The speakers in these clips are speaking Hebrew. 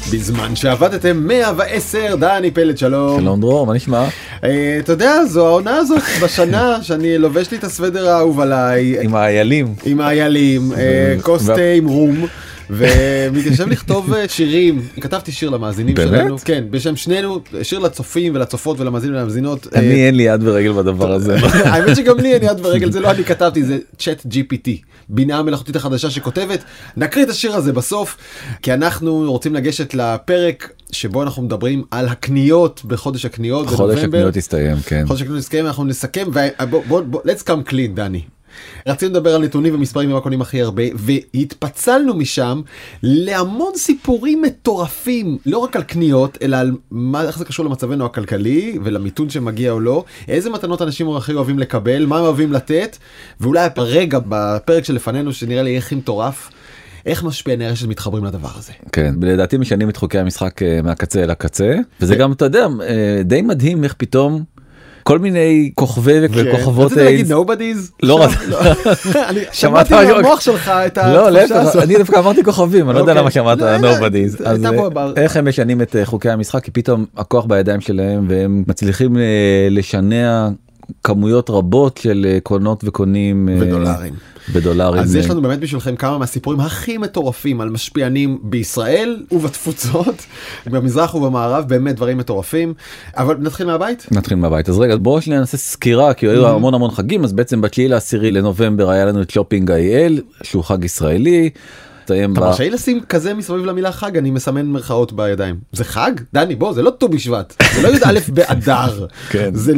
בזמן שעבדתם 110, דני פלד, שלום. שלום דרור, מה נשמע? אתה יודע, זו העונה הזאת בשנה שאני לובש לי את הסוודר האהוב עליי. עם האיילים. עם האיילים, כוס תה עם רום. ומתיישב לכתוב שירים. כתבתי שיר למאזינים שלנו. כן, בשם שנינו, שיר לצופים ולצופות ולמאזינים ולמאזינות. אני אין לי יד ורגל בדבר הזה. האמת שגם לי אין יד ורגל, זה לא אני כתבתי, זה צ'אט GPT, בינה מלאכותית החדשה שכותבת. נקריא את השיר הזה בסוף, כי אנחנו רוצים לגשת לפרק שבו אנחנו מדברים על הקניות בחודש הקניות. חודש הקניות יסתיים, כן. חודש הקניות יסתיים, אנחנו נסכם, let's come clean, דני. רצינו לדבר על נתונים ומספרים ומה קונים הכי הרבה, והתפצלנו משם להמון סיפורים מטורפים, לא רק על קניות, אלא על איך זה קשור למצבנו הכלכלי, ולמיתון שמגיע או לא, איזה מתנות אנשים הכי אוהבים לקבל, מה הם אוהבים לתת, ואולי הרגע בפרק שלפנינו, שנראה לי הכי מטורף, איך משפיעני הרשת מתחברים לדבר הזה. כן, לדעתי משנים את חוקי המשחק מהקצה אל הקצה, וזה גם, אתה יודע, די מדהים איך פתאום כל מיני כוכבי וכוכבות... רציתי להגיד nobody's? לא רק... אני שמעתי מהמוח שלך את התחושה הזאת. אני דווקא אמרתי כוכבים, אני לא יודע למה שמעת nobody's. אז איך הם משנים את חוקי המשחק? כי פתאום הכוח בידיים שלהם, והם מצליחים לשנע כמויות רבות של קונות וקונים... בדולרים. אז יש לנו באמת בשבילכם כמה מהסיפורים הכי מטורפים על משפיענים בישראל ובתפוצות, במזרח ובמערב, באמת דברים מטורפים. אבל נתחיל מהבית? נתחיל מהבית. אז רגע, בואו שניה נעשה סקירה, כי היו המון חגים, אז בעצם ב9 לנובמבר היה לנו את שופינג IL, שהוא חג ישראלי. אתה מרשה לשים כזה מסביב למילה חג, אני מסמן מרכאות בידיים. זה חג? דני, בוא, זה לא ט"ו בשבט, זה לא י"א באדר, זה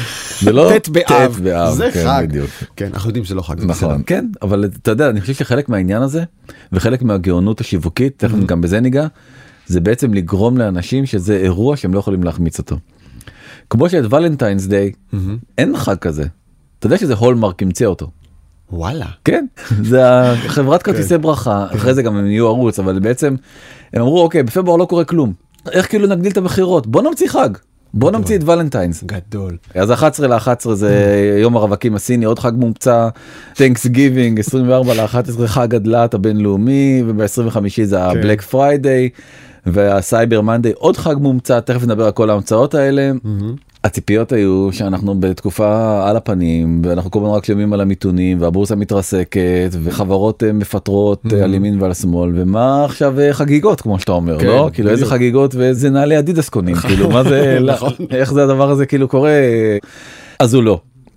לא ט' באב, זה חג. כן, אנחנו יודעים שזה לא חג. נכון, כן, אבל אתה יודע, אני חושב שחלק מהעניין הזה, וחלק מהגאונות השיווקית, תכף גם בזה ניגע, זה בעצם לגרום לאנשים שזה אירוע שהם לא יכולים להחמיץ אותו. כמו שאת ולנטיינס דיי, אין חג כזה. אתה יודע שזה הולמרק ימצא אותו. וואלה. כן, זה חברת כרטיסי ברכה, אחרי זה גם הם יהיו ערוץ, אבל בעצם הם אמרו, אוקיי, בפברואר לא קורה כלום. איך כאילו נגדיל את המחירות? בוא נמציא חג. בוא נמציא את ולנטיינס. גדול. אז 11/11 זה יום הרווקים הסיני, עוד חג מומצא, Thanksgiving, 24/11 חג הדלת הבינלאומי, וב-25 זה הבלק פריידיי, והסייבר מנדיי, עוד חג מומצא, תכף נדבר על כל ההמצאות האלה. הציפיות היו שאנחנו בתקופה על הפנים, ואנחנו כל הזמן רק שומעים על המיתונים, והבורסה מתרסקת, וחברות מפטרות על ימין ועל שמאל, ומה עכשיו חגיגות, כמו שאתה אומר, לא? כאילו איזה חגיגות, ואיזה נעלי אדידס קונים, כאילו מה זה, איך זה הדבר הזה כאילו קורה? אז הוא לא.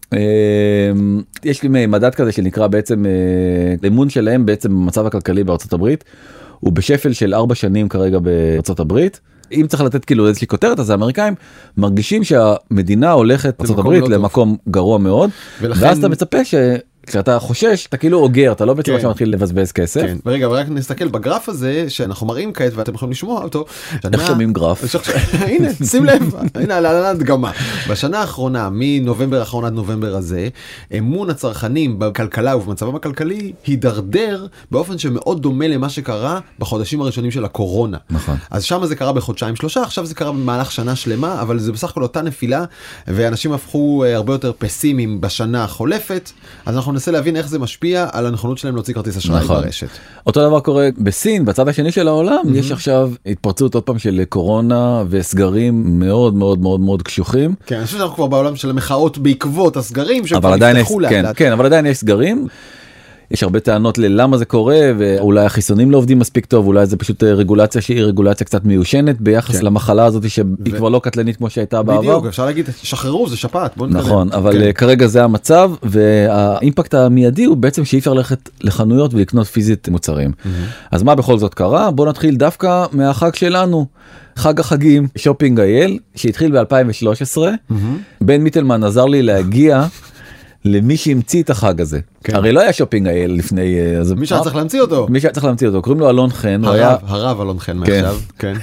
יש לי מדד כזה שנקרא בעצם, אמון שלהם בעצם במצב הכלכלי בארצות הברית, הוא בשפל של 4 שנים כרגע בארצות הברית. אם צריך לתת כאילו איזושהי כותרת, אז האמריקאים מרגישים שהמדינה הולכת ארצות הברית למקום גרוע מאוד, ואז אתה מצפה כשאתה חושש, אתה כאילו אוגר, אתה לא בעצם עכשיו מתחיל לבזבז כסף. כן, ורגע, ורק נסתכל בגרף הזה, שאנחנו מראים כעת, ואתם יכולים לשמוע אותו. איך שומעים גרף? הנה, שים לב, הנה, על הדגמה. בשנה האחרונה, מנובמבר האחרון עד נובמבר הזה, אמון הצרכנים בכלכלה ובמצבם הכלכלי, הידרדר באופן שמאוד דומה למה שקרה בחודשים הראשונים של הקורונה. נכון. אז שם זה קרה בחודשיים 3, עכשיו זה קרה במהלך שנה שלמה, אבל זה בסך הכל אותה נפילה, ואנשים הפכו הרבה יותר פסימיים בשנה החולפת. אז אנחנו ננסה להבין איך זה משפיע על הנכונות שלהם להוציא כרטיס אשראי ברשת. אותו דבר קורה בסין, בצד השני של העולם, יש עכשיו התפרצות עוד פעם של קורונה וסגרים מאוד מאוד מאוד מאוד קשוחים. כן, אני חושב שאנחנו כבר בעולם של המחאות בעקבות הסגרים, אבל עדיין יש סגרים. יש הרבה טענות ללמה זה קורה, ואולי החיסונים לא עובדים מספיק טוב, אולי זה פשוט רגולציה שהיא רגולציה קצת מיושנת ביחס למחלה הזאת שהיא כבר לא קטלנית כמו שהייתה בעבר. בדיוק, אפשר להגיד, שחררו, זה שפעת, בוא נתקדם. נכון, אבל כרגע זה המצב, והאימפקט המיידי הוא בעצם שאי אפשר ללכת לחנויות ולקנות פיזית מוצרים. אז מה בכל זאת קרה? בוא נתחיל דווקא מהחג שלנו. חג החגים, שופינג IL, שהתחיל ב-2013. בן מיטלמן עזר לי להגיע למי שהמציא את החג הזה. הרי לא היה שופינג IL לפני... מי שהיה צריך להמציא אותו. מי שהיה צריך להמציא אותו. קוראים לו אלון חן. הרב אלון חן מעכשיו.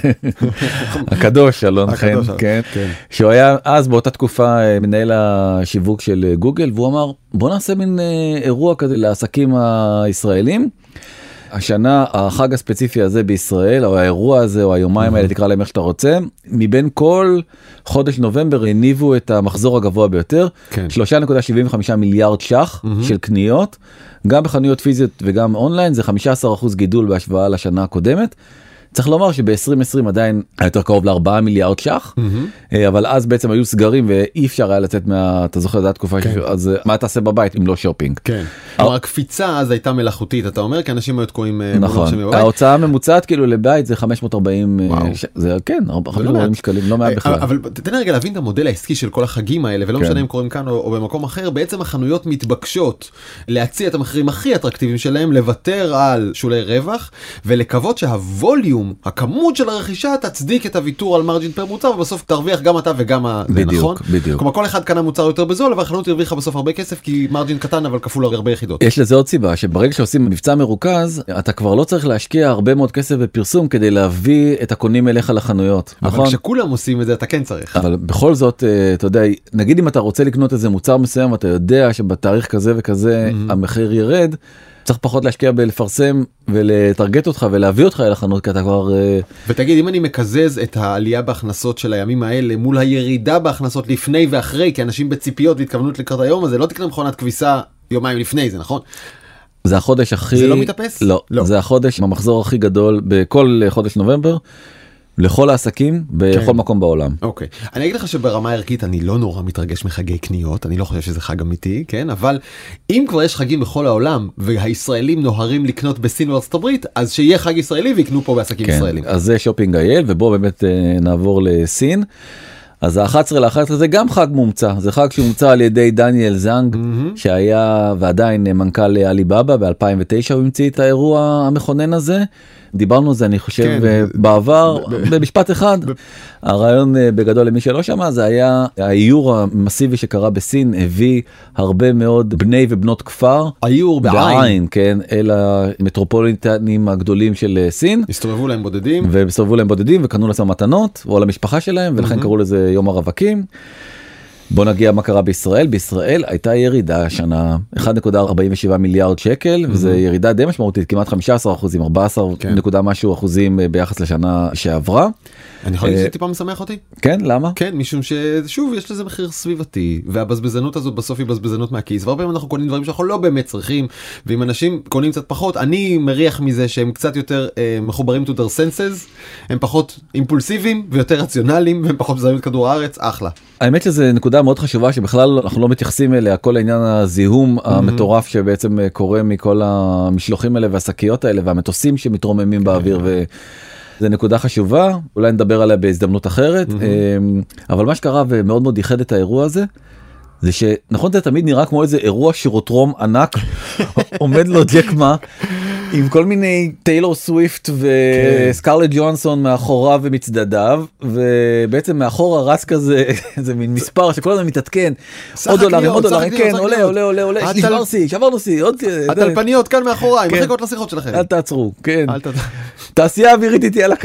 הקדוש אלון חן. שהוא היה אז באותה תקופה מנהל השיווק של גוגל, והוא אמר, בוא נעשה מין אירוע כזה לעסקים הישראלים. השנה, החג הספציפי הזה בישראל, או האירוע הזה, או היומיים האלה, תקרא להם איך שאתה רוצה, מבין כל חודש נובמבר הניבו את המחזור הגבוה ביותר, 3.75 מיליארד ש"ח של קניות, גם בחנויות פיזיות וגם אונליין, זה 15% גידול בהשוואה לשנה הקודמת, צריך לומר שב-2020 עדיין היה יותר קרוב ל4 מיליארד ש"ח, אבל אז בעצם היו סגרים ואי אפשר היה לצאת אתה זוכר, זו התקופה, אז מה תעשה בבית אם לא שופינג? כן. הקפיצה אז הייתה מלאכותית, אתה אומר, כי אנשים היו תקועים. נכון. ההוצאה הממוצעת כאילו לבית זה 540, זה כן, 540 שקלים, לא מעט בכלל. אבל תן רגע להבין את המודל העסקי של כל החגים האלה, ולא משנה אם קוראים כאן או במקום אחר, בעצם החנויות מתבקשות להציע את המחירים הכי אטרקטיביים שלהם, לוותר על שולי רווח, ולקוות שהווליום, הכמות של הרכישה, תצדיק את הוויתור על מרג'ין פר מוצר, ובסוף תרוויח גם אתה וגם זה, נכון? בדיוק. כלומר, כל אחד קנה מוצר יותר בזול, אבל החנות הרוויחה בסוף הרבה כסף, כי מרג'ין קטן, אבל כפול הרבה יחידות. יש לזה עוד סיבה, שברגע שעושים מבצע מרוכז, אתה כבר לא צריך להשקיע הרבה מאוד כסף בפרסום, כדי להביא את הקונים אליך לחנויות. אבל נכון? כשכולם עושים את זה, אתה כן צריך. אבל בכל זאת, אתה יודע, נגיד אם אתה רוצה לקנות איזה מוצר מסוים, אתה יודע שבתאריך כזה וכזה המחיר ירד, צריך פחות להשקיע בלפרסם ולטרגט אותך ולהביא אותך אל החנות, כי אתה כבר... ותגיד, אם אני מקזז את העלייה בהכנסות של הימים האלה מול הירידה בהכנסות לפני ואחרי, כי אנשים בציפיות והתכוונות לקראת היום הזה, לא תקנה מכונת כביסה יומיים לפני זה, נכון? זה החודש הכי... זה לא מתאפס? לא. זה החודש, המחזור הכי גדול בכל חודש נובמבר, לכל העסקים בכל מקום בעולם. אוקיי. אני אגיד לך שברמה הערכית אני לא נורא מתרגש מחגי קניות, אני לא חושב שזה חג אמיתי, כן? אבל אם כבר יש חגים בכל העולם, והישראלים נוהרים לקנות בסין וארצות הברית, אז שיהיה חג ישראלי ויקנו פה בעסקים ישראלים. אז זה שופינג אייל, ובואו באמת נעבור לסין. אז ה-11/11 זה גם חג מומצא, זה חג שמומצא על ידי דניאל זאנג, שהיה ועדיין מנכ"ל עליבאבא, ב-2009 הוא המציא את האירוע המכונן הזה. דיברנו על זה, אני חושב, בעבר, במשפט אחד. הרעיון בגדול למי שלא שמע, זה היה האיור המסיבי שקרה בסין, הביא הרבה מאוד בני ובנות כפר. האיור בעין. כן, אל המטרופוליטנים הגדולים של סין. הסתובבו להם בודדים. והסתובבו להם בודדים וקנו לעצמם מתנות, או למשפחה שלהם, ולכן קראו לזה יום הרווקים. בוא נגיע מה קרה בישראל. בישראל הייתה ירידה השנה 1.47 מיליארד שקל, וזו ירידה די משמעותית, כמעט 15%, 14 נקודה משהו אחוזים ביחס לשנה שעברה. אני יכול להגיד שטיפה משמח אותי? כן, למה? כן, משום ששוב יש לזה מחיר סביבתי, והבזבזנות הזאת בסוף היא בזבזנות מהכיס, והרבה פעמים אנחנו קונים דברים שאנחנו לא באמת צריכים, ואם אנשים קונים קצת פחות, אני מריח מזה שהם קצת יותר מחוברים to their senses, הם פחות אימפולסיביים ויותר רציונליים, והם פחות מזהים את כדור הארץ, אחלה. האמת שזה נקודה מאוד חשובה שבכלל אנחנו לא מתייחסים אליה, כל העניין הזיהום המטורף שבעצם קורה מכל המשלוחים האלה והשקיות האלה והמטוסים שמתרוממים באוויר, זה נקודה חשובה, אולי נדבר עליה בהזדמנות אחרת, אבל מה שקרה ומאוד מאוד ייחד את האירוע הזה, זה שנכון זה תמיד נראה כמו איזה אירוע שירוטרום ענק, עומד לו ג'ק מה, עם כל מיני טיילור סוויפט וסקרלט ג'ונסון מאחוריו ומצדדיו, ובעצם מאחורה רץ כזה, איזה מין מספר שכל הזמן מתעדכן, עוד דולרים, כן, עולה, שברנו שיא, עוד... הטלפניות כאן מאחוריי, מחכות לשיחות שלכם. אל תעצרו, כן. תעשייה אווירית איתי על הקו.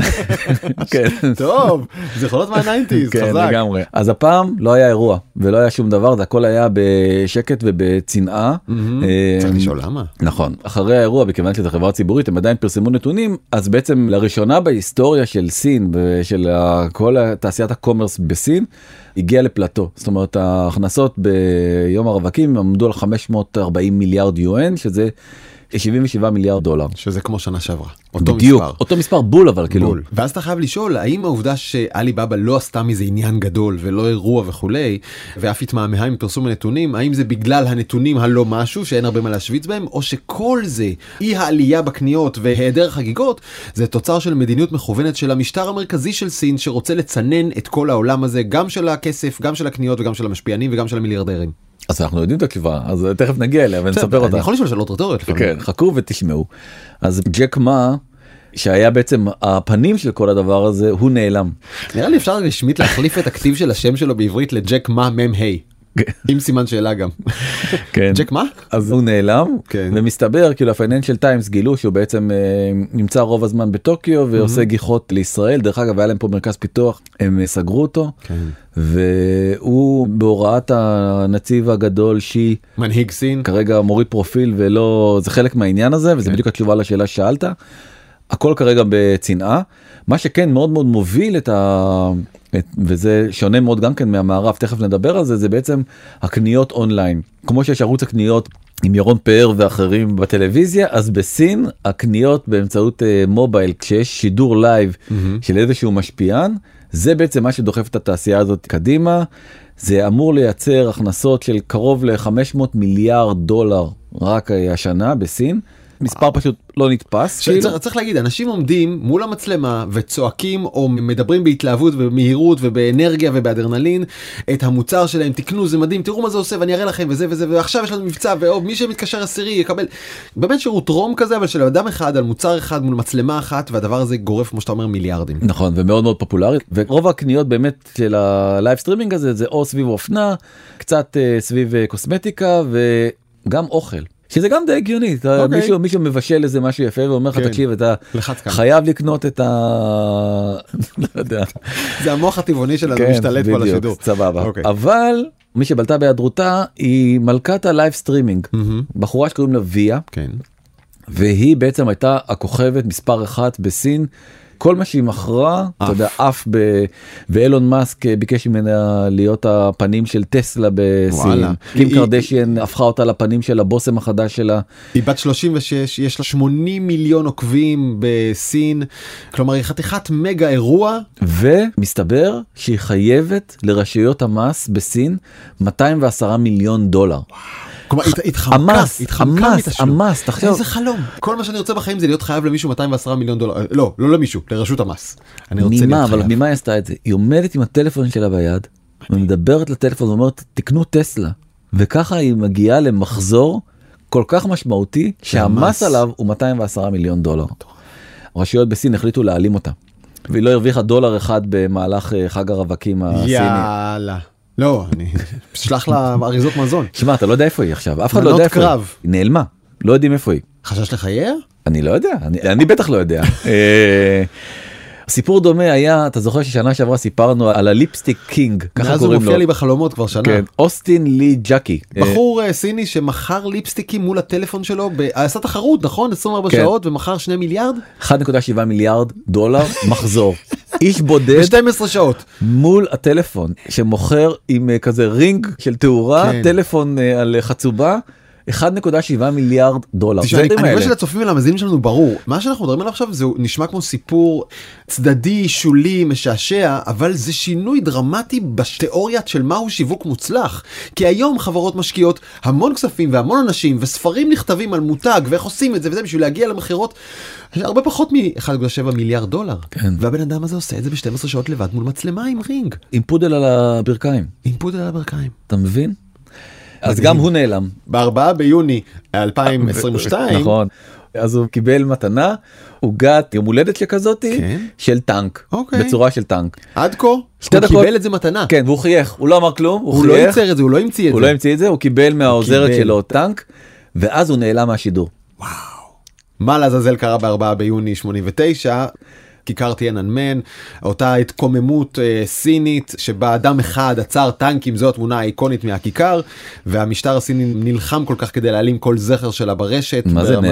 טוב, זה יכולות מה-90s, כן, לגמרי. אז הפעם לא היה אירוע, ולא היה שום דבר, זה הכל היה בשקט ובצנעה. צריך לשאול למה. נכון. אחרי האירוע, בכיוון שזה חברה ציבורית, הם עדיין פרסמו נתונים, אז בעצם לראשונה בהיסטוריה של סין, ושל כל תעשיית הקומרס בסין, הגיע לפלטו. זאת אומרת, ההכנסות ביום הרווקים עמדו על 540 מיליארד יואן, שזה 77 מיליארד דולר. שזה כמו שנה שעברה. בדיוק, אותו מספר בול אבל כאילו. בול. ואז אתה חייב לשאול, האם העובדה שעליבאבא לא עשתה מזה עניין גדול ולא אירוע וכולי, ואף התמהמה עם פרסום הנתונים, האם זה בגלל הנתונים הלא משהו שאין הרבה מה להשוויץ בהם, או שכל זה, אי העלייה בקניות והיעדר חגיגות, זה תוצר של מדיניות מכוונת של המשטר המרכזי של סין, שרוצה לצנן את כל העולם הזה, גם של הכסף, גם של הקניות וגם של המשפיענים וגם של המיליארדרים. אז אנחנו יודעים את התשובה, אז תכף נגיע אליה ונספר אותה. אני יכול לשאול שאלות רטוריות לפעמים. כן, חכו ותשמעו. אז ג'ק מה, שהיה בעצם הפנים של כל הדבר הזה, הוא נעלם. נראה לי אפשר רשמית להחליף את הכתיב של השם שלו בעברית לג'ק מה מם-היי. עם סימן שאלה גם. כן. ג'ק מה? אז הוא נעלם, ומסתבר, כאילו הפייננשל טיימס גילו שהוא בעצם נמצא רוב הזמן בטוקיו, ועושה גיחות לישראל. דרך אגב, היה להם פה מרכז פיתוח, הם סגרו אותו, והוא בהוראת הנציב הגדול שי, מנהיג סין, כרגע מוריד פרופיל, ולא, זה חלק מהעניין הזה, וזה בדיוק התשובה לשאלה ששאלת. הכל כרגע בצנעה. מה שכן מאוד מאוד מוביל וזה שונה מאוד גם כן מהמערב, תכף נדבר על זה, זה בעצם הקניות אונליין. כמו שיש ערוץ הקניות עם ירון פאר ואחרים בטלוויזיה, אז בסין הקניות באמצעות מובייל, כשיש שידור לייב של איזשהו משפיען, זה בעצם מה שדוחף את התעשייה הזאת קדימה. זה אמור לייצר הכנסות של קרוב ל$500 מיליארד רק השנה בסין. מספר פשוט לא נתפס. צריך להגיד, אנשים עומדים מול המצלמה וצועקים או מדברים בהתלהבות ובמהירות ובאנרגיה ובאדרנלין את המוצר שלהם, תקנו, זה מדהים, תראו מה זה עושה ואני אראה לכם וזה וזה, ועכשיו יש לנו מבצע, ומי שמתקשר עשירי יקבל באמת שירות רום כזה, אבל של אדם אחד על מוצר אחד מול מצלמה אחת, והדבר הזה גורף, כמו שאתה אומר, מיליארדים. נכון, ומאוד מאוד פופולרי, ורוב הקניות באמת של הלייב סטרימינג הזה, זה או סביב אופנה, קצת סביב קוסמטיקה וגם אוכל. שזה גם די הגיוני, מישהו מבשל איזה משהו יפה ואומר לך, תקשיב, אתה חייב לקנות את לא יודע. זה המוח הטבעוני שלנו משתלט פה על השידור. בדיוק, סבבה. אבל מי שבלטה בהיעדרותה היא מלכת הלייב סטרימינג, בחורה שקוראים לה ויה, והיא בעצם הייתה הכוכבת מספר אחת בסין. כל מה שהיא מכרה, אתה יודע, אף ואילון מאסק ביקש ממנה להיות הפנים של טסלה בסין. קים קרדשיאן הפכה אותה לפנים של הבוסם החדש שלה. היא בת 36, יש לה 80 מיליון עוקבים בסין, כלומר היא חתיכת מגה אירוע. ומסתבר שהיא חייבת לרשויות המס בסין $210 מיליון. כלומר, התחמקה מתשלום. תחשוב. איזה חלום. כל מה שאני רוצה בחיים זה להיות חייב למישהו $210 מיליון. לא למישהו, לרשות המס. אני רוצה להיות חייב. אבל ממה היא עשתה את זה? היא עומדת עם הטלפון שלה ביד, ומדברת לטלפון ואומרת, תקנו טסלה. וככה היא מגיעה למחזור כל כך משמעותי, שהמס עליו הוא $210 מיליון. רשויות בסין החליטו להעלים אותה. והיא לא הרוויחה $1 במהלך חג הרווקים הסיני. יאללה. לא, אני אשלח לה אריזות מזון. שמע, אתה לא יודע איפה היא עכשיו, אף אחד לא יודע איפה היא. היא נעלמה, לא יודעים איפה היא. חשש לחייה? אני לא יודע, אני בטח לא יודע. סיפור דומה היה, אתה זוכר ששנה שעברה סיפרנו על הליפסטיק קינג, ככה קוראים לו. מאז הוא מופיע לי בחלומות כבר שנה. כן, אוסטין לי ג'קי. בחור סיני שמכר ליפסטיקים מול הטלפון שלו, עשה תחרות, נכון? 24 שעות ומכר $2 מיליארד? $1.7 מיליארד מחזור. איש בודד. ב-12 שעות. מול הטלפון שמוכר עם כזה רינג של תאורה, טלפון על חצובה. $1.7 מיליארד. אני חושב שלצופים ולמאזינים שלנו ברור, מה שאנחנו מדברים עליו עכשיו זה נשמע כמו סיפור צדדי, שולי, משעשע, אבל זה שינוי דרמטי בתיאוריה של מהו שיווק מוצלח. כי היום חברות משקיעות המון כספים והמון אנשים וספרים נכתבים על מותג ואיך עושים את זה וזה בשביל להגיע למחירות הרבה פחות $1.7 מיליארד. והבן אדם הזה עושה את זה ב-12 שעות לבד מול מצלמה עם רינג. עם פודל על הברכיים. אתה מבין? אז גם הוא נעלם. ב4 ביוני 2022. נכון. אז הוא קיבל מתנה, עוגת יום הולדת שכזאת, של טנק. בצורה של טנק. עד כה? הוא קיבל את זה מתנה. כן, והוא חייך. הוא לא אמר כלום. הוא לא ייצר את זה, הוא לא המציא את זה. הוא לא המציא את זה, הוא קיבל מהעוזרת שלו טנק, ואז הוא נעלם מהשידור. וואו. מה לעזאזל קרה ב4 ביוני 89? כיכר טיאנאנמן, אותה התקוממות סינית שבה אדם אחד עצר טנקים, זו התמונה האיקונית מהכיכר, והמשטר הסיני נלחם כל כך כדי להעלים כל זכר שלה ברשת. מה זה?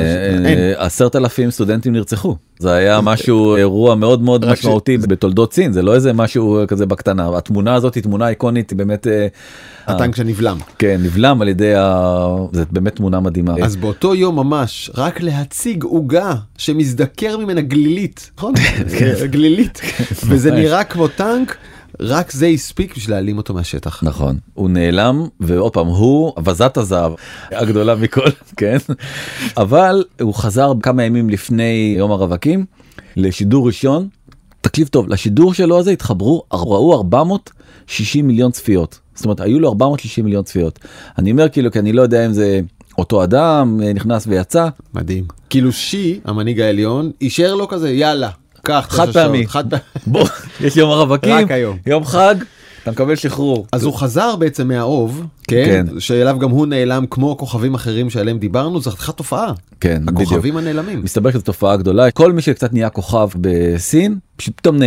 10,000 סטודנטים נרצחו. זה היה משהו, אירוע מאוד מאוד משמעותי בתולדות סין, זה לא איזה משהו כזה בקטנה. התמונה הזאת היא תמונה איקונית, היא באמת... הטנק שנבלם. כן, נבלם על ידי זה באמת תמונה מדהימה. אז באותו יום ממש, רק להציג עוגה שמזדקר ממנה גלילית, נכון? גלילית. וזה נראה כמו טנק, רק זה הספיק בשביל להעלים אותו מהשטח. נכון. הוא נעלם, ועוד פעם, הוא אבזת הזהב הגדולה מכל, כן? אבל הוא חזר כמה ימים לפני יום הרווקים, לשידור ראשון. תקשיב טוב, לשידור שלו הזה התחברו, ראו 460 מיליון צפיות. זאת אומרת, היו לו 460 מיליון צפיות. אני אומר כאילו, כי אני לא יודע אם זה אותו אדם, נכנס ויצא. מדהים. כאילו שי, המנהיג העליון, אישר לו כזה, יאללה, קח. חד פעמי. בוא, יש יום הרווקים, רק היום. יום חג, אתה מקבל שחרור. אז הוא חזר בעצם מהאוב, כן? שאליו גם הוא נעלם כמו כוכבים אחרים שעליהם דיברנו, זו חתיכת תופעה. כן, בדיוק. הכוכבים הנעלמים. מסתבר שזו תופעה גדולה. כל מי שקצת נהיה כוכב בסין, פתאום נעלם.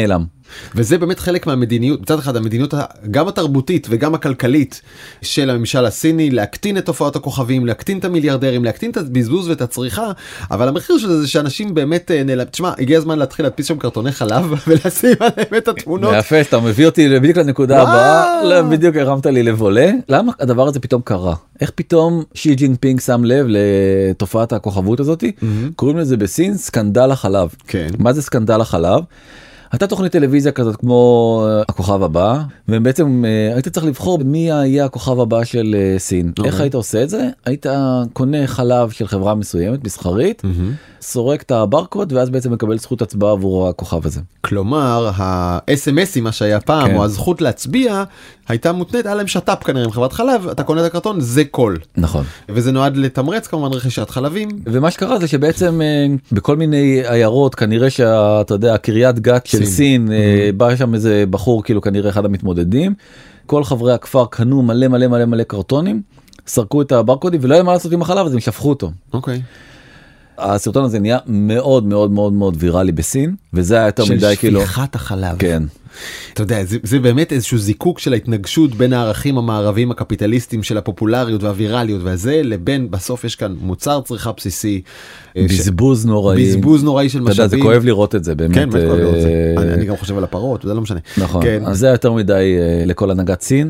וזה באמת חלק מהמדיניות, מצד אחד המדיניות גם התרבותית וגם הכלכלית של הממשל הסיני, להקטין את תופעות הכוכבים, להקטין את המיליארדרים, להקטין את הבזבוז ואת הצריכה, אבל המחיר של זה שאנשים באמת תשמע, הגיע הזמן להתחיל להדפיס שם קרטוני חלב ולשים עליהם את התמונות. יפה, אתה מביא אותי בדיוק לנקודה הבאה, בדיוק הרמת לי לבולה. למה הדבר הזה פתאום קרה? איך פתאום שי ג'ינפינג שם לב לתופעת הכוכבות הזאת? קוראים לזה בסין סקנדל החלב. מה זה סקנדל החלב? הייתה תוכנית טלוויזיה כזאת כמו הכוכב הבא, ובעצם היית צריך לבחור מי יהיה הכוכב הבא של סין. איך היית עושה את זה? היית קונה חלב של חברה מסוימת, מסחרית, סורק את הברקוד, ואז בעצם מקבל זכות הצבעה עבור הכוכב הזה. כלומר, ה-SMSים, מה שהיה פעם, או הזכות להצביע, הייתה מותנית, היה להם שטאפ כנראה עם חברת חלב, אתה קונה את הקרטון, זה קול. נכון. וזה נועד לתמרץ כמובן רכישת חלבים. ומה שקרה זה שבעצם בכל מיני עיירות, כנראה שאתה יודע, הקריית גת של סין, בא שם איזה בחור, כאילו כנראה אחד המתמודדים, כל חברי הכפר קנו מלא מלא מלא מלא קרטונים, סרקו את הברקודים, ולא היה מה לעשות עם החלב, אז הם שפכו אותו. אוקיי. הסרטון הזה נהיה מאוד מאוד מאוד מאוד ויראלי בסין, וזה היה יותר מדי כאילו... של שפיכת החלב. כן. אתה יודע, זה באמת איזשהו זיקוק של ההתנגשות בין הערכים המערביים הקפיטליסטיים של הפופולריות והווירליות והזה, לבין בסוף יש כאן מוצר צריכה בסיסי. בזבוז נוראי. בזבוז נוראי של משאבים. אתה יודע, זה כואב לראות את זה, באמת. כן, באמת כואב לראות את זה. אני גם חושב על הפרות, זה לא משנה. נכון, אז זה יותר מדי לכל הנהגת סין.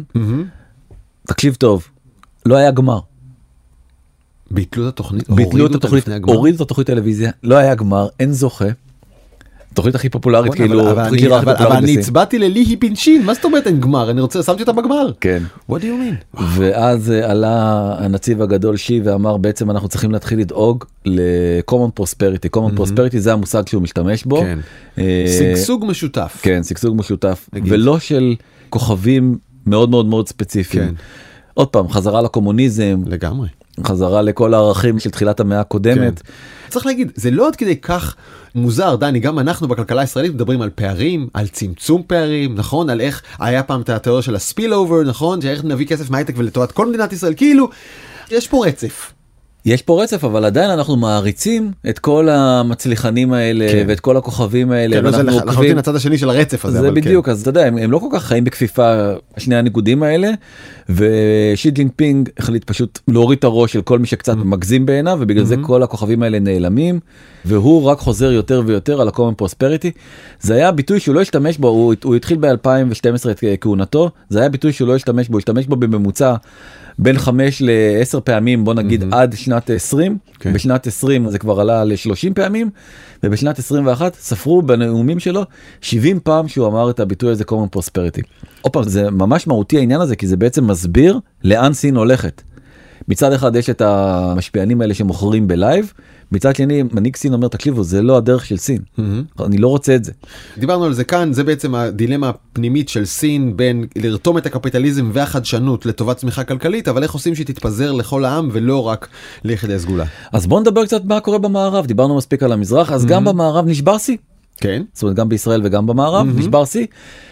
תקשיב טוב, לא היה גמר. ביטלו את התוכנית, הורידו את התוכנית טלוויזיה, לא היה גמר, אין זוכה. התוכנית הכי פופולרית, כאילו, אבל אני הצבעתי לליהי פינשין, מה זאת אומרת אין גמר? אני רוצה, שמתי אותה בגמר. כן. What do you mean? ואז עלה הנציב הגדול שי ואמר, בעצם אנחנו צריכים להתחיל לדאוג ל-common prosperity. common prosperity זה המושג שהוא משתמש בו. כן. סגסוג משותף. כן, סגסוג משותף. ולא של כוכבים מאוד מאוד מאוד ספציפיים. עוד פעם, חזרה לקומוניזם. לגמרי. חזרה לכל הערכים של תחילת המאה הקודמת. צריך להגיד, זה לא עד כדי כך מוזר, דני, גם אנחנו בכלכלה הישראלית מדברים על פערים, על צמצום פערים, נכון? על איך היה פעם את התיאוריה של הספיל אובר, נכון? שאיך נביא כסף מהייטק ולטובת כל מדינת ישראל, כאילו, יש פה רצף. יש פה רצף, אבל עדיין אנחנו מעריצים את כל המצליחנים האלה, כן. ואת כל הכוכבים האלה. כן, זה לחלוטין הצד השני של הרצף הזה. זה בדיוק, כן. אז אתה יודע, הם לא כל כך חיים בכפיפה שני הניגודים האלה, ושי ג'ינפינג החליט פשוט להוריד את הראש של כל מי שקצת מגזים בעיניו, ובגלל זה כל הכוכבים האלה נעלמים, והוא רק חוזר יותר ויותר על ה-common prosperity. זה היה ביטוי שהוא לא השתמש בו, הוא התחיל ב-2012 את כהונתו, זה היה ביטוי שהוא לא השתמש בו, הוא השתמש בו בממוצע, בין 5 ל-10 פעמים, בוא נגיד עד שנת 20, בשנת 20 זה כבר עלה ל-30 פעמים, ובשנת 21 ספרו בנאומים שלו 70 פעם שהוא אמר את הביטוי הזה common prosperity. עוד פעם, זה ממש מהותי העניין הזה, כי זה בעצם מסביר לאן סין הולכת. מצד אחד יש את המשפיענים האלה שמוכרים בלייב, מצד שני מנהיג סין אומר, תקשיבו, זה לא הדרך של סין, אני לא רוצה את זה. דיברנו על זה כאן, זה בעצם הדילמה הפנימית של סין בין לרתום את הקפיטליזם והחדשנות לטובת צמיחה כלכלית, אבל איך עושים שהיא תתפזר לכל העם ולא רק ליחידי סגולה. אז בואו נדבר קצת מה קורה במערב, דיברנו מספיק על המזרח, אז גם במערב נשבר שיא. כן. זאת אומרת, גם בישראל וגם במערב נשבר שיא.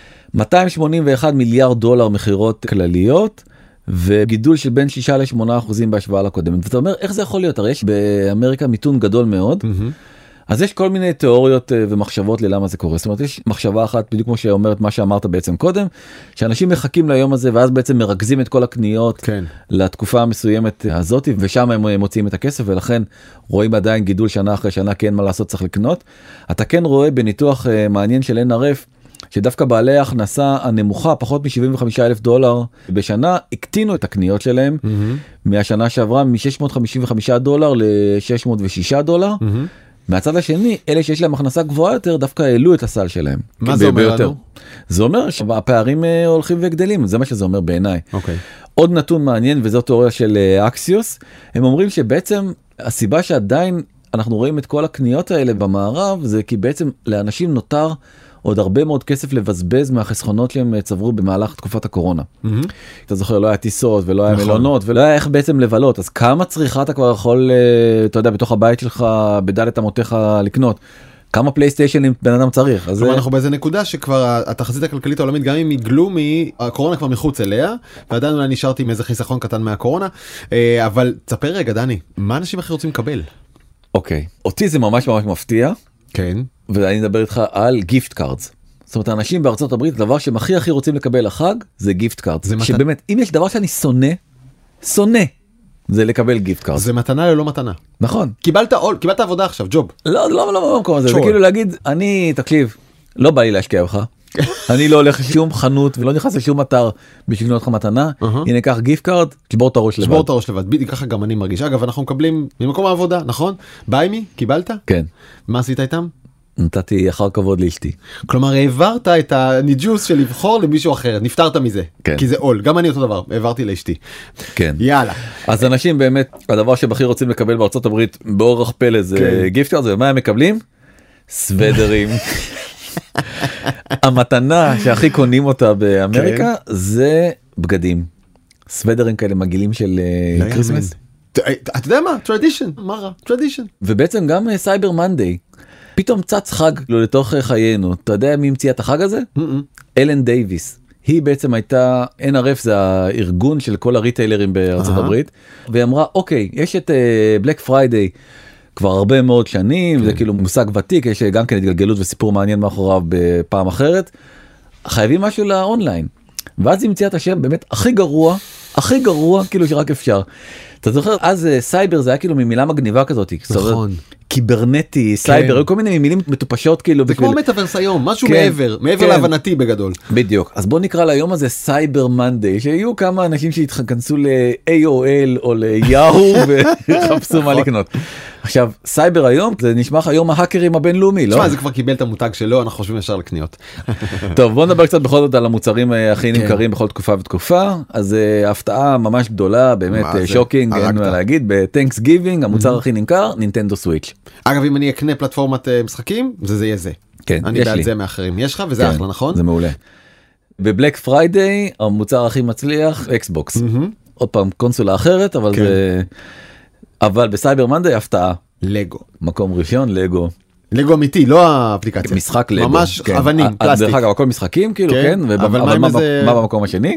281 מיליארד דולר מחירות כלליות, וגידול של בין 6-8% בהשוואה לקודמת. ואתה אומר, איך זה יכול להיות? הרי יש באמריקה מיתון גדול מאוד, אז יש כל מיני תיאוריות ומחשבות ללמה זה קורה. זאת אומרת, יש מחשבה אחת, בדיוק כמו שאומרת מה שאמרת בעצם קודם, שאנשים מחכים ליום הזה, ואז בעצם מרכזים את כל הקניות לתקופה המסוימת הזאת, ושם הם מוציאים את הכסף, ולכן רואים עדיין גידול שנה אחרי שנה, כי אין מה לעשות, צריך לקנות. אתה כן רואה בניתוח מעניין של NRF, שדוווקא בעלי ההכנסה הנמוכה, פחות $75,000 בשנה, הקטינו את הקניות שלהם מהשנה שעברה מ$655 ל$606. מהצד השני, אלה שיש להם הכנסה גבוהה יותר, דווקא העלו את הסל שלהם. מה זה אומר לנו? זה אומר שהפערים הולכים וגדלים, זה מה שזה אומר בעיניי. עוד נתון מעניין, וזו תיאוריה של אקסיוס, הם אומרים שבעצם הסיבה שעדיין אנחנו רואים את כל הקניות האלה במערב, זה כי בעצם לאנשים נותר עוד הרבה מאוד כסף לבזבז מהחסכונות שהם צברו במהלך תקופת הקורונה. אתה זוכר, לא היה טיסות ולא היה מלונות ולא היה איך בעצם לבלות, אז כמה צריכה אתה כבר יכול, אתה יודע, בתוך הבית שלך, בדלת אמותיך לקנות? כמה פלייסטיישנים בן אדם צריך? כלומר, אנחנו באיזה נקודה שכבר התחזית הכלכלית העולמית, גם אם היא גלומי, הקורונה כבר מחוץ אליה, ועדיין אולי נשארתי עם איזה חיסכון קטן מהקורונה, אבל תספר רגע, דני, מה אנשים אחרים רוצים לקבל? אוקיי, אותי זה ממש ממש מפתיע. כן. ואני מדבר איתך על גיפט קארדס. זאת אומרת, האנשים בארצות הברית, הדבר שהם הכי רוצים לקבל לחג, זה גיפט קארד. זה שבאמת, אם יש דבר שאני שונא, זה לקבל גיפט קארד. זה מתנה ללא מתנה. נכון. קיבלת עבודה עכשיו, ג'וב. לא במקום הזה, זה כאילו להגיד, תקשיב, לא בא לי להשקיע בך, אני לא הולך לשום חנות ולא נכנס לשום אתר בשביל לקנות לך מתנה, הנה קח גיפט קארד, תשבור את הראש לבד. תשבור את הראש לבד, בדיוק ככה גם אני מרגיש. אגב, אנחנו מקבלים ממקום העבודה, נכון? ביימי, קיבלת? כן. מה עשית איתם? נתתי אחר כבוד לאשתי. כלומר, העברת את הניג'וס של לבחור למישהו אחר, נפטרת מזה. כן. כי זה עול, גם אני אותו דבר, העברתי לאשתי. כן. יאללה. אז אנשים באמת, הדבר שבכי רוצים לקבל בארצות הברית באורח פלא זה גיפט קארד, ומה הם מקבלים? סוודרים. המתנה שהכי קונים אותה באמריקה זה בגדים. סוודרים כאלה מגעילים של קריסמס. אתה יודע מה? טרדישן, מה רע? טרדישן. ובעצם גם סייבר מנדיי. פתאום צץ חג לתוך חיינו. אתה יודע מי המציאה את החג הזה? אלן דייביס. היא בעצם הייתה, NRF זה הארגון של כל הריטיילרים בארצות הברית, והיא אמרה, אוקיי, יש את בלק פריידיי כבר הרבה מאוד שנים, זה כאילו מושג ותיק, יש גם כן התגלגלות וסיפור מעניין מאחוריו בפעם אחרת, חייבים משהו לאונליין. ואז היא המציאה את השם באמת הכי גרוע כאילו שרק אפשר. אתה זוכר, אז סייבר זה היה כאילו ממילה מגניבה כזאת. נכון. קיברנטי, סייבר, היו כל מיני מילים מטופשות כאילו. זה כמו מטאברס היום, משהו מעבר להבנתי בגדול. בדיוק. אז בוא נקרא ליום הזה סייבר מנדיי, שיהיו כמה אנשים שהתכנסו ל-AOL או ל-Yahoo וחפשו מה לקנות. עכשיו, סייבר היום, זה נשמע היום ההאקרים הבינלאומי, לא? תשמע, זה כבר קיבל את המותג שלו, אנחנו חושבים ישר לקניות. טוב, בוא נדבר קצת בכל זאת על המוצרים הכי נמכרים בכל תקופה ותקופה. אז הפתעה ממש גדולה, באמת שוקינג, אין מה להגיד, ב-Thanks Giving, המוצר הכי נמכר, נינטנדו סוויץ'. אגב, אם אני אקנה פלטפורמת משחקים, זה יהיה זה. כן, אני בעד זה מאחרים. יש לך וזה אחלה, נכון? זה מעולה. בבלק פריידיי, המוצר הכי מצליח, אקסבוקס. עוד פעם, קונסולה אחרת, אבל זה... אבל בסייבר מנדיי הפתעה. לגו. מקום ראשון, לגו. לגו אמיתי, לא האפליקציה. משחק לגו. ממש אבנים, פלסטיק. דרך אגב, הכל משחקים כאילו, כן? אבל מה במקום השני?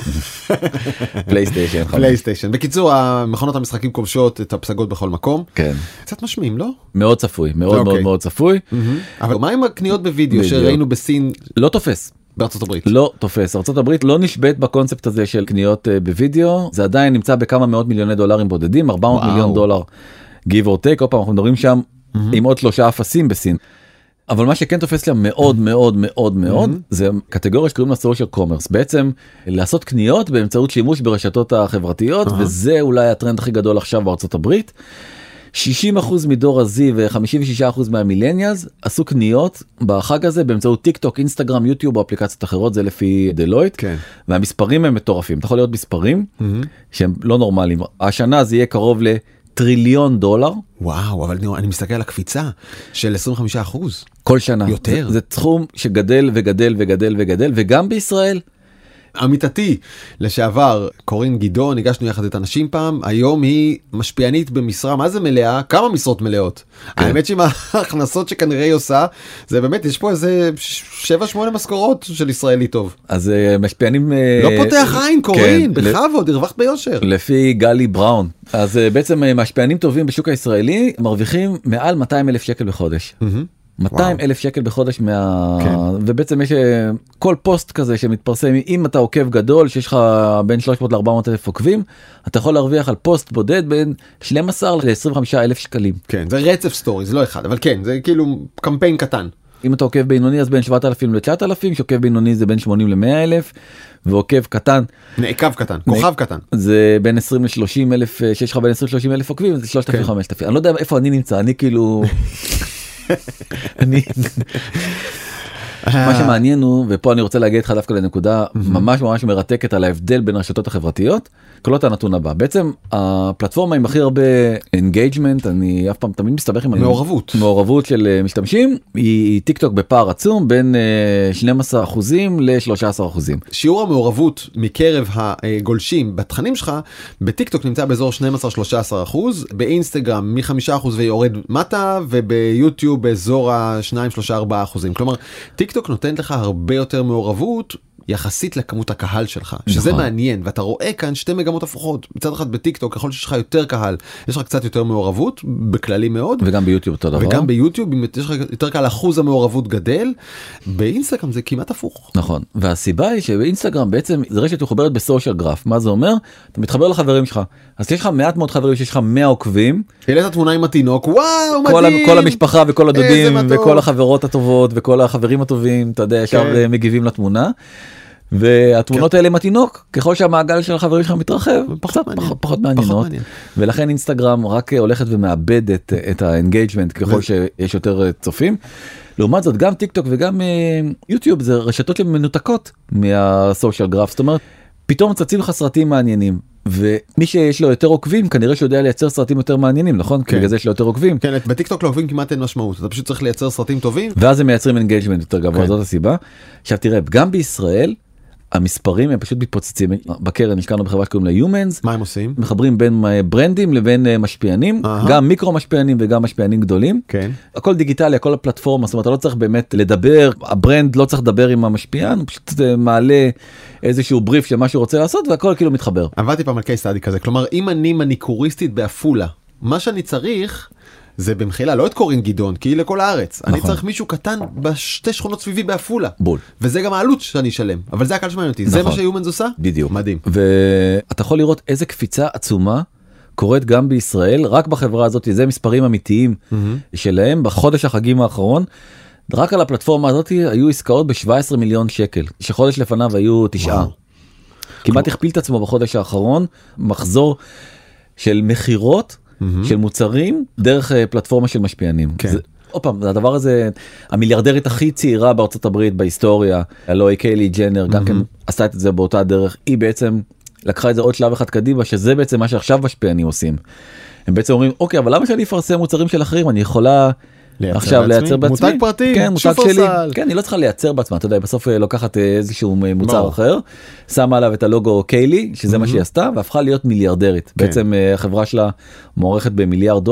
פלייסטיישן. פלייסטיישן. בקיצור, מכונות המשחקים כובשות את הפסגות בכל מקום. כן. קצת משמים, לא? מאוד צפוי, מאוד מאוד מאוד צפוי. אבל מה עם הקניות בווידאו שראינו בסין? לא תופס. בארצות הברית. לא תופס. ארצות הברית לא נשבט בקונספט הזה של קניות בווידאו. זה עדיין נמצא בכמה מאות מיליוני דולרים בודדים, 400 מיליון דולר give or take. עוד פעם, אנחנו מדברים שם עם עוד 3 אפסים בסין. אבל מה שכן תופס להם מאוד מאוד מאוד מאוד, זה קטגוריה שקוראים לה social commerce. בעצם לעשות קניות באמצעות שימוש ברשתות החברתיות, וזה אולי הטרנד הכי גדול עכשיו בארצות הברית. 60% מדור ה-Z ו-56% מהמילניאלס עשו קניות בחג הזה באמצעות טיק טוק, אינסטגרם, יוטיוב או אפליקציות אחרות, זה לפי דלויט. כן. והמספרים הם מטורפים. אתה יכול להיות מספרים שהם לא נורמליים. השנה זה יהיה קרוב $1,000,000,000,000. וואו, אבל אני מסתכל על הקפיצה של 25%. כל שנה. יותר. זה תחום שגדל וגדל וגדל וגדל, וגם בישראל. עמיתתי לשעבר, קורין גדעון, הגשנו יחד את אנשים פעם, היום היא משפיענית במשרה, מה זה מלאה? כמה משרות מלאות? האמת שעם ההכנסות שכנראה היא עושה, זה באמת, יש פה איזה 7-8 משכורות של ישראלי טוב. אז משפיענים... לא פותח עין, קורין, בכבוד, הרווחת ביושר. לפי גלי בראון. אז בעצם משפיענים טובים בשוק הישראלי, מרוויחים מעל 200,000 שקל בחודש. 200,000 שקל בחודש ובעצם יש כל פוסט כזה שמתפרסם, אם אתה עוקב גדול שיש לך בין 300 ל-400 אלף עוקבים, אתה יכול להרוויח על פוסט בודד בין 12 ל-25,000 שקלים. כן, זה רצף סטורי, זה לא אחד, אבל כן, זה כאילו קמפיין קטן. אם אתה עוקב בינוני אז בין 7,000 ל-9,000, שעוקב בינוני זה בין 80 ל-100,000, ועוקב קטן. נעקב קטן, כוכב קטן. זה בין 20 ל-30 אלף, שיש לך בין 20 ל-30 אלף עוקבים, זה 3,000-5,000. אני לא יודע איפה אני נמצא, אני כאילו... מה שמעניין הוא, ופה אני רוצה להגיד לך דווקא לנקודה ממש ממש מרתקת על ההבדל בין הרשתות החברתיות, קולות הנתון הבא. בעצם הפלטפורמה עם הכי הרבה אינגייג'מנט, אני אף פעם תמיד מסתבך עם מעורבות של משתמשים, היא טיק טוק בפער עצום בין 12% ל-13%. שיעור המעורבות מקרב הגולשים בתכנים שלך, בטיק טוק נמצא באזור 12-13%, באינסטגרם מ-5% ויורד מטה, וביוטיוב באזור ה-2-3-4%. כלומר, טיק טוק נותנת לך הרבה יותר מעורבות, יחסית לכמות הקהל שלך, שזה מעניין, ואתה רואה כאן שתי מגמות הפוכות. מצד אחד בטיקטוק, ככל שיש לך יותר קהל, יש לך קצת יותר מעורבות, בכללי מאוד. וגם ביוטיוב אותו דבר. וגם ביוטיוב, אם יש לך יותר קהל, אחוז המעורבות גדל. באינסטגרם זה כמעט הפוך. נכון, והסיבה היא שבאינסטגרם בעצם זה רשת מחוברת בסושיאל גרף. מה זה אומר? אתה מתחבר לחברים שלך. אז יש לך מעט מאוד חברים שיש לך 100 עוקבים. העלית תמונה עם התינוק, וואו, מדהים. כל המשפחה וכל הדודים וכל החברות הטובות וכל החברים הטובים, אתה יודע, ישר מגיבים לתמונה. והתמונות האלה עם התינוק, ככל שהמעגל של החברים שלך מתרחב, פחות מעניינות. ולכן אינסטגרם רק הולכת ומאבדת את האנגייג'מנט ככל שיש יותר צופים. לעומת זאת, גם טיק טוק וגם יוטיוב זה רשתות שמנותקות מהסושיאל גרף. זאת אומרת, פתאום צצים לך סרטים מעניינים. ומי שיש לו יותר עוקבים כנראה שיודע לייצר סרטים יותר מעניינים, נכון? כן. בגלל זה יש לו יותר עוקבים. כן, בטיקטוק לעוקבים כמעט אין משמעות, אתה פשוט צריך לייצר סרטים טובים. ואז הם מייצרים אנגייג'מנט יותר גבוה, כן. זאת הסיבה. עכשיו תראה, גם בישראל המספרים הם פשוט מתפוצצים. בקרן השקענו בחברה שקוראים לה Humans. מה הם עושים? מחברים בין ברנדים לבין משפיענים, גם מיקרו משפיענים וגם משפיענים גדולים. כן. הכל דיגיטלי, הכל הפלטפורמה, זאת אומרת, אתה לא צריך באמת לדבר, הברנד לא צריך לדבר עם המשפיען, הוא פשוט מעלה איזשהו בריף של מה שהוא רוצה לעשות, והכל כאילו מתחבר. עבדתי פעם על קייס סטאדי כזה, כלומר, אם אני מניקוריסטית באפולה, מה שאני צריך זה במחילה, לא את קורין גדעון, כי היא לכל הארץ. אני צריך מישהו קטן בשתי שכונות סביבי באפולה. בול. וזה גם העלות שאני אשלם. אבל זה הקהל שמעניין אותי. זה מה שהיומנס עושה? בדיוק. מדהים. ואתה יכול לראות איזה קפיצה עצומה קורית גם בישראל, רק בחברה הזאת, זה מספרים אמיתיים שלהם. בחודש החגים האחרון, רק על הפלטפורמה הזאת היו עסקאות ב-17 מיליון שקל, שחודש לפניו היו 9. כמעט הכפיל את עצמו בחודש האחרון, מחזור של מחירות, של מוצרים דרך פלטפורמה של משפיענים. עוד פעם, הדבר הזה, המיליארדרית הכי צעירה בארצות הברית בהיסטוריה, הלוא היא קיילי ג'נר, גם כן עשתה את זה באותה דרך, היא בעצם לקחה את זה עוד שלב אחד קדימה, שזה בעצם מה שעכשיו משפיענים עושים. הם בעצם אומרים, אוקיי, אבל למה שאני אפרסם מוצרים של אחרים? אני יכולה עכשיו לייצר בעצמי. מותג פרטי, כן, מותג שלי. כן, אני לא צריכה לייצר בעצמה, אתה יודע, בסוף לוקחת איזשהו מוצר אחר, שמה עליו את הלוגו קיילי, שזה מה שהיא עשתה, והפכה להיות מיליארדרית. בעצם החברה שלה מוערכת $1 מיליארד.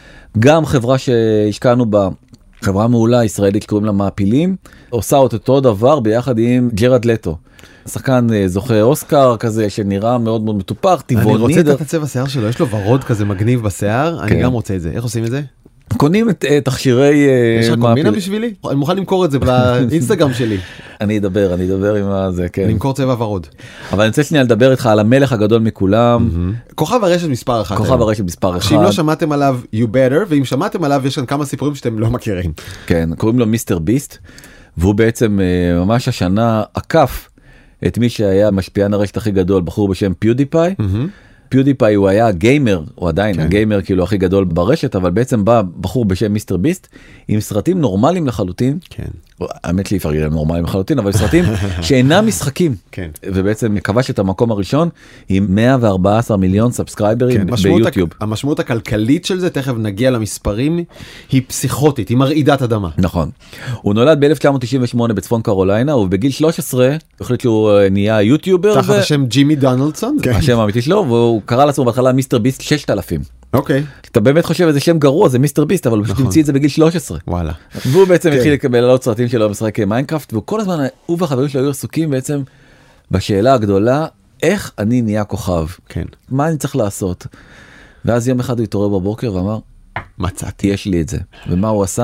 גם חברה שהשקענו בה, חברה מעולה ישראלית שקוראים לה מעפילים, עושה אותו דבר ביחד עם ג'רד לטו. שחקן זוכה אוסקר כזה שנראה מאוד מאוד מטופח, טבעוני. אני רוצה את הצבע שיער שלו, יש לו ורוד כזה מגניב בשיער, אני גם רוצה את זה. איך עושים את זה? קונים את תכשירי יש לך קומבינה בשבילי? אני מוכן למכור את זה באינסטגרם שלי. אני אדבר עם זה, כן. למכור צבע ורוד. אבל אני רוצה שנייה לדבר איתך על המלך הגדול מכולם. כוכב הרשת מספר 1. כוכב הרשת מספר 1. שאם לא שמעתם עליו, you better, ואם שמעתם עליו, יש כאן כמה סיפורים שאתם לא מכירים. כן, קוראים לו מיסטר ביסט, והוא בעצם ממש השנה עקף את מי שהיה משפיען הרשת הכי גדול, בחור בשם פיודיפיי. פיודיפיי הוא היה גיימר, הוא עדיין הגיימר כאילו הכי גדול ברשת, אבל בעצם בא בחור בשם מיסטר ביסט עם סרטים נורמליים לחלוטין. כן. האמת שאי אפשר להגיד להם נורמליים לחלוטין, אבל סרטים שאינם משחקים. כן. ובעצם כבש את המקום הראשון עם 114 מיליון סאבסקרייברים ביוטיוב. המשמעות הכלכלית של זה, תכף נגיע למספרים, היא פסיכוטית, היא מרעידת אדמה. נכון. הוא נולד ב-1998 בצפון קרוליינה, ובגיל 13 החליט שהוא נהיה יוטיובר. תחת השם ג'ימי דונלדסון. השם האמיתי שלו, והוא קרא לעצמו בהתחלה מיסטר ביסט 6000. אוקיי. אתה באמת חושב איזה שם גרוע, זה מיסטר ביסט, אבל הוא פשוט המציא את זה בגיל 13. וואלה. והוא בעצם התחיל לקבל עוד סרטים שלו משחק מיינקראפט, וכל הזמן הוא והחברים שלו היו עסוקים בעצם בשאלה הגדולה, איך אני נהיה כוכב? כן. מה אני צריך לעשות? ואז יום אחד הוא התעורר בבוקר ואמר, מצאתי. יש לי את זה. ומה הוא עשה?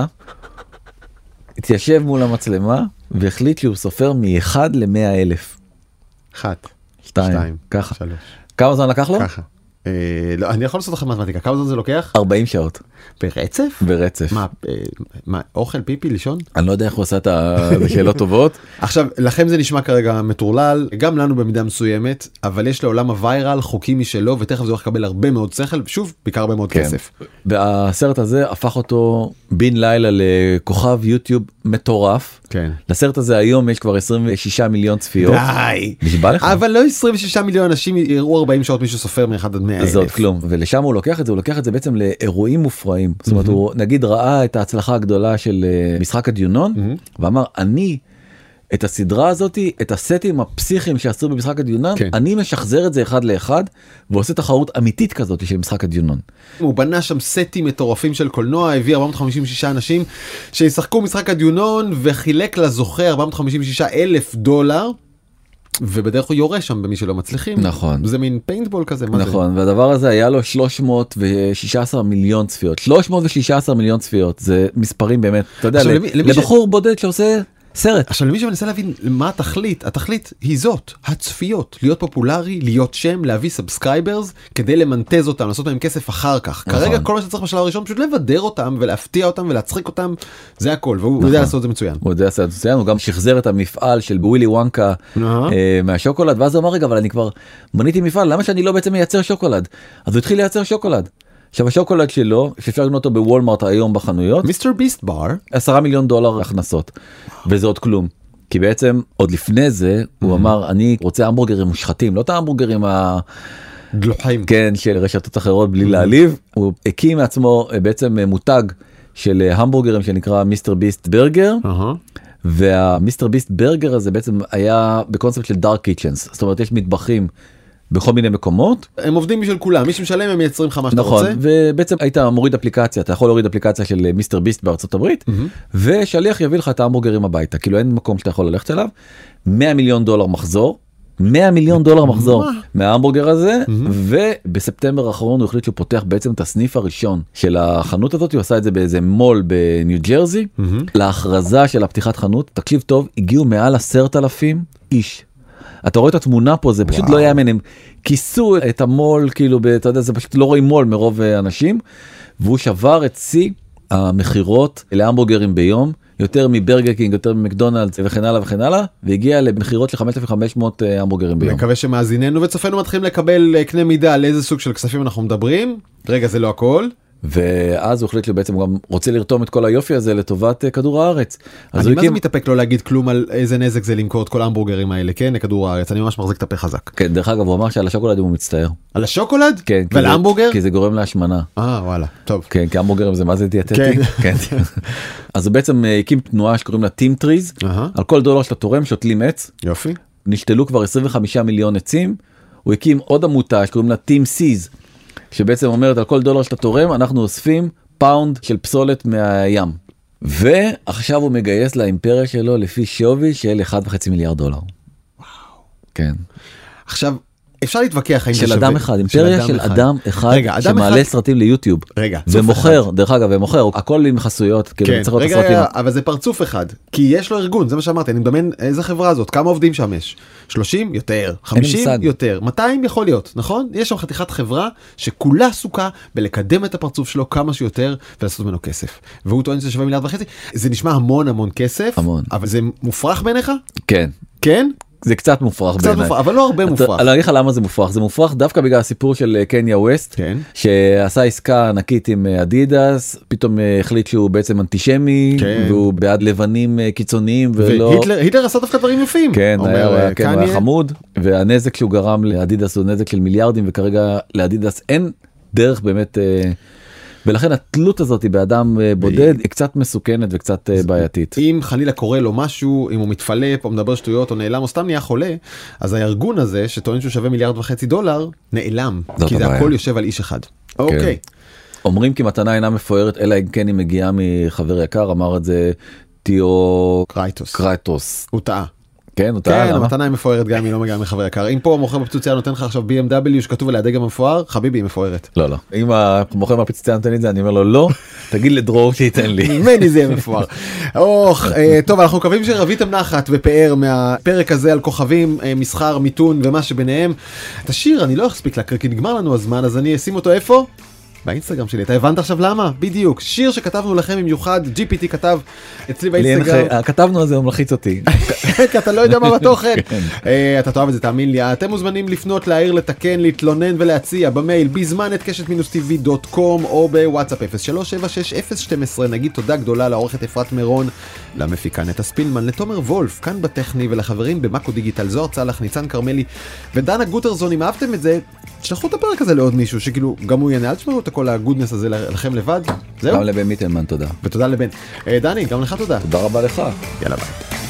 התיישב מול המצלמה, והחליט שהוא סופר מ-1 ל-100,000. 1, 2, ככה. 3. כמה זמן לקח לו? ככה. לא, אני יכול לעשות לכם מתמטיקה, כמה זמן זה לוקח? 40 שעות. ברצף? ברצף. מה, אוכל, פיפי, לישון? אני לא יודע איך הוא עשה את השאלות טובות. עכשיו, לכם זה נשמע כרגע מטורלל, גם לנו במידה מסוימת, אבל יש לעולם הוויירל חוקים משלו, ותכף זה הולך לקבל הרבה מאוד שכל, שוב, בעיקר הרבה מאוד כסף. והסרט הזה הפך אותו בן לילה לכוכב יוטיוב מטורף. כן. לסרט הזה היום יש כבר 26 מיליון צפיות. די! נשבע לך? אבל לא 26 מיליון אנשים יראו 40 שעות מישהו סופר מ-1 עד 100,000. זאת כלום. ולשם הוא לוקח את זה בעצם לאירועים מופרעים. זאת אומרת, הוא נגיד ראה את ההצלחה הגדולה של משחק הדיונון, ואמר, אני את הסדרה הזאת, את הסטים הפסיכיים שעשו במשחק הדיונון, אני משחזר את זה אחד לאחד, ועושה תחרות אמיתית כזאת של משחק הדיונון. הוא בנה שם סטים מטורפים של קולנוע, הביא 456 אנשים שישחקו משחק הדיונון, וחילק לזוכה $456,000, ובדרך הוא יורה שם במי שלא מצליחים. נכון. זה מין פיינטבול כזה. נכון, והדבר הזה היה לו 316 מיליון צפיות. 316 מיליון צפיות, זה מספרים באמת, אתה יודע, לבחור בודד שעושה סרט. עכשיו למי שמנסה להבין מה התכלית, התכלית היא זאת, הצפיות, להיות פופולרי, להיות שם, להביא סאבסקרייברס, כדי למנטז אותם, לעשות להם כסף אחר כך. כרגע כל מה שצריך בשלב הראשון, פשוט לבדר אותם ולהפתיע אותם ולהצחיק אותם, זה הכל, והוא יודע לעשות את זה מצוין. הוא יודע לעשות את זה מצוין, הוא גם שחזר את המפעל של ווילי וונקה מהשוקולד, ואז הוא אמר רגע, אבל אני כבר בניתי מפעל, למה שאני לא בעצם מייצר שוקולד? אז הוא התחיל לייצר שוקולד. עכשיו השוקולד שלו, שאפשר לקנות אותו בוולמרט היום בחנויות, מיסטר ביסט בר, $10 מיליון הכנסות, וזה עוד כלום. כי בעצם עוד לפני זה הוא אמר אני רוצה המבורגרים מושחתים, לא את ההמבורגרים גלוחים, כן, של רשתות אחרות בלי להעליב. הוא הקים מעצמו בעצם מותג של המבורגרים שנקרא מיסטר ביסט ברגר, והמיסטר ביסט ברגר הזה בעצם היה בקונספט של דארק קיצ'נס, זאת אומרת יש מטבחים בכל מיני מקומות. הם עובדים בשביל כולם, מי שמשלם הם מייצרים לך מה שאתה רוצה. נכון, ובעצם היית מוריד אפליקציה, אתה יכול להוריד אפליקציה של מיסטר ביסט בארצות הברית, ושליח יביא לך את ההמבורגרים הביתה, כאילו אין מקום שאתה יכול ללכת אליו. $100 מיליון מחזור, $100 מיליון מחזור מההמבורגר הזה, ובספטמבר האחרון הוא החליט שהוא פותח בעצם את הסניף הראשון של החנות הזאת, הוא עשה את זה באיזה מול בניו ג'רזי, להכרזה של הפתיחת חנות, תקשיב טוב, הגיעו מעל 10,000 איש. אתה רואה את התמונה פה, זה פשוט לא יאמן, הם כיסו את המול, כאילו, אתה יודע, זה פשוט לא רואים מול מרוב אנשים, והוא שבר את שיא המחירות להמבורגרים ביום, יותר מברגר קינג, יותר ממקדונלדס וכן הלאה וכן הלאה, והגיע למחירות של 5,500 המבורגרים ביום. מקווה שמאזיננו וצופינו מתחילים לקבל קנה מידה על איזה סוג של כספים אנחנו מדברים. רגע, זה לא הכל. ואז הוא החליט בעצם הוא גם רוצה לרתום את כל היופי הזה לטובת כדור הארץ. אני מה זה מתאפק לא להגיד כלום על איזה נזק זה למכור את כל ההמבורגרים האלה, כן, לכדור הארץ, אני ממש מחזיק את הפה חזק. כן, דרך אגב הוא אמר שעל השוקולד הוא מצטער. על השוקולד? כן. ועל ההמבורגר? כי זה גורם להשמנה. וואלה, טוב. כן, כי ההמבורגרים זה מה זה דיאטטי? כן. אז הוא בעצם הקים תנועה שקוראים לה טים טריז, על כל $1 שאתה תורם שותלים עץ. יופי. נשתלו כבר 25 מיליון עצים, הוא הקים עוד עמותה שקוראים לה טים סיז, שבעצם אומרת על כל $1 שאתה תורם אנחנו אוספים פאונד של פסולת מהים, ועכשיו הוא מגייס לאימפריה שלו לפי שווי של $1.5 מיליארד. וואו. כן. עכשיו אפשר להתווכח של אדם אחד, אימפריה של אדם אחד שמעלה סרטים ליוטיוב ומוכר, דרך אגב, ומוכר הכל עם חסויות, רגע, אבל זה פרצוף אחד, כי יש לו ארגון, זה מה שאמרתי, אני מדמיין איזה חברה הזאת, כמה עובדים שם יש? 30? יותר. 50? יותר. 200 יכול להיות, נכון? יש שם חתיכת חברה שכולה עסוקה בלקדם את הפרצוף שלו כמה שיותר ולעשות ממנו כסף. והוא טוען שזה $7.5 מיליארד. זה נשמע המון כסף, אבל זה מופרך בעיניך? כן. כן? זה קצת מופרך בעיניי. אבל לא הרבה מופרך. אני אגיד לך למה זה מופרך. זה מופרך דווקא בגלל הסיפור של קניה ווסט, שעשה עסקה ענקית עם אדידס, פתאום החליט שהוא בעצם אנטישמי, והוא בעד לבנים קיצוניים. והיטלר עשה דווקא דברים יפים. כן, היה חמוד, והנזק שהוא גרם לאדידס הוא נזק של מיליארדים, וכרגע לאדידס אין דרך באמת... ולכן התלות הזאת באדם בודד היא קצת מסוכנת וקצת בעייתית. אם חלילה קורה לו משהו, אם הוא מתפלפ או מדבר שטויות או נעלם או סתם נהיה חולה, אז הארגון הזה שטוען שהוא שווה $1.5 מיליארד נעלם, כי זה הכל יושב על איש אחד. אוקיי. אומרים כי מתנה אינה מפוארת, אלא אם כן היא מגיעה מחבר יקר, אמר את זה תיאו קרייטוס. הוא טעה. כן, המתנה היא מפוארת גם אם היא לא מגיעה מחבר יקר. אם פה המוכר בפיצוצייה נותן לך עכשיו BMW שכתוב עליה דגם מפואר, חביבי היא מפוארת. לא. אם המוכר בפיצוצייה נותן לי את זה, אני אומר לו לא, תגיד לדרור שייתן לי. ממני זה יהיה מפואר. טוב, אנחנו מקווים שרביתם נחת ופאר מהפרק הזה על כוכבים, מסחר, מיתון ומה שביניהם. את השיר אני לא אספיק להקריא כי נגמר לנו הזמן, אז אני אשים אותו איפה? באינסטגרם שלי. אתה הבנת עכשיו למה? בדיוק. שיר שכתבנו לכם במיוחד, GPT כתב אצלי באינסטגרם. כתבנו על זה, הוא מלחיץ אותי. כי אתה לא יודע מה בתוכן. אתה תאהב את זה, תאמין לי. אתם מוזמנים לפנות, להעיר, לתקן, להתלונן ולהציע במייל בזמן@קשת-tv.com או בוואטסאפ 0376-012. נגיד תודה גדולה לעורכת אפרת מירון, למפיקה נטע ספילמן, לתומר וולף, כאן בטכני, ולחברים במאקו דיגיטל, זוהר צלח, ניצן קרמלי ודנה גוטרזון. אם אהבתם את זה, תשלחו את הפרק הזה לעוד מישהו שכאילו גם הוא יענה, אל תשמעו את כל הגודנס הזה לכם לבד. זהו. גם לבן מיטלמן תודה. ותודה לבן. דני, גם לך תודה. תודה רבה לך. יאללה ביי.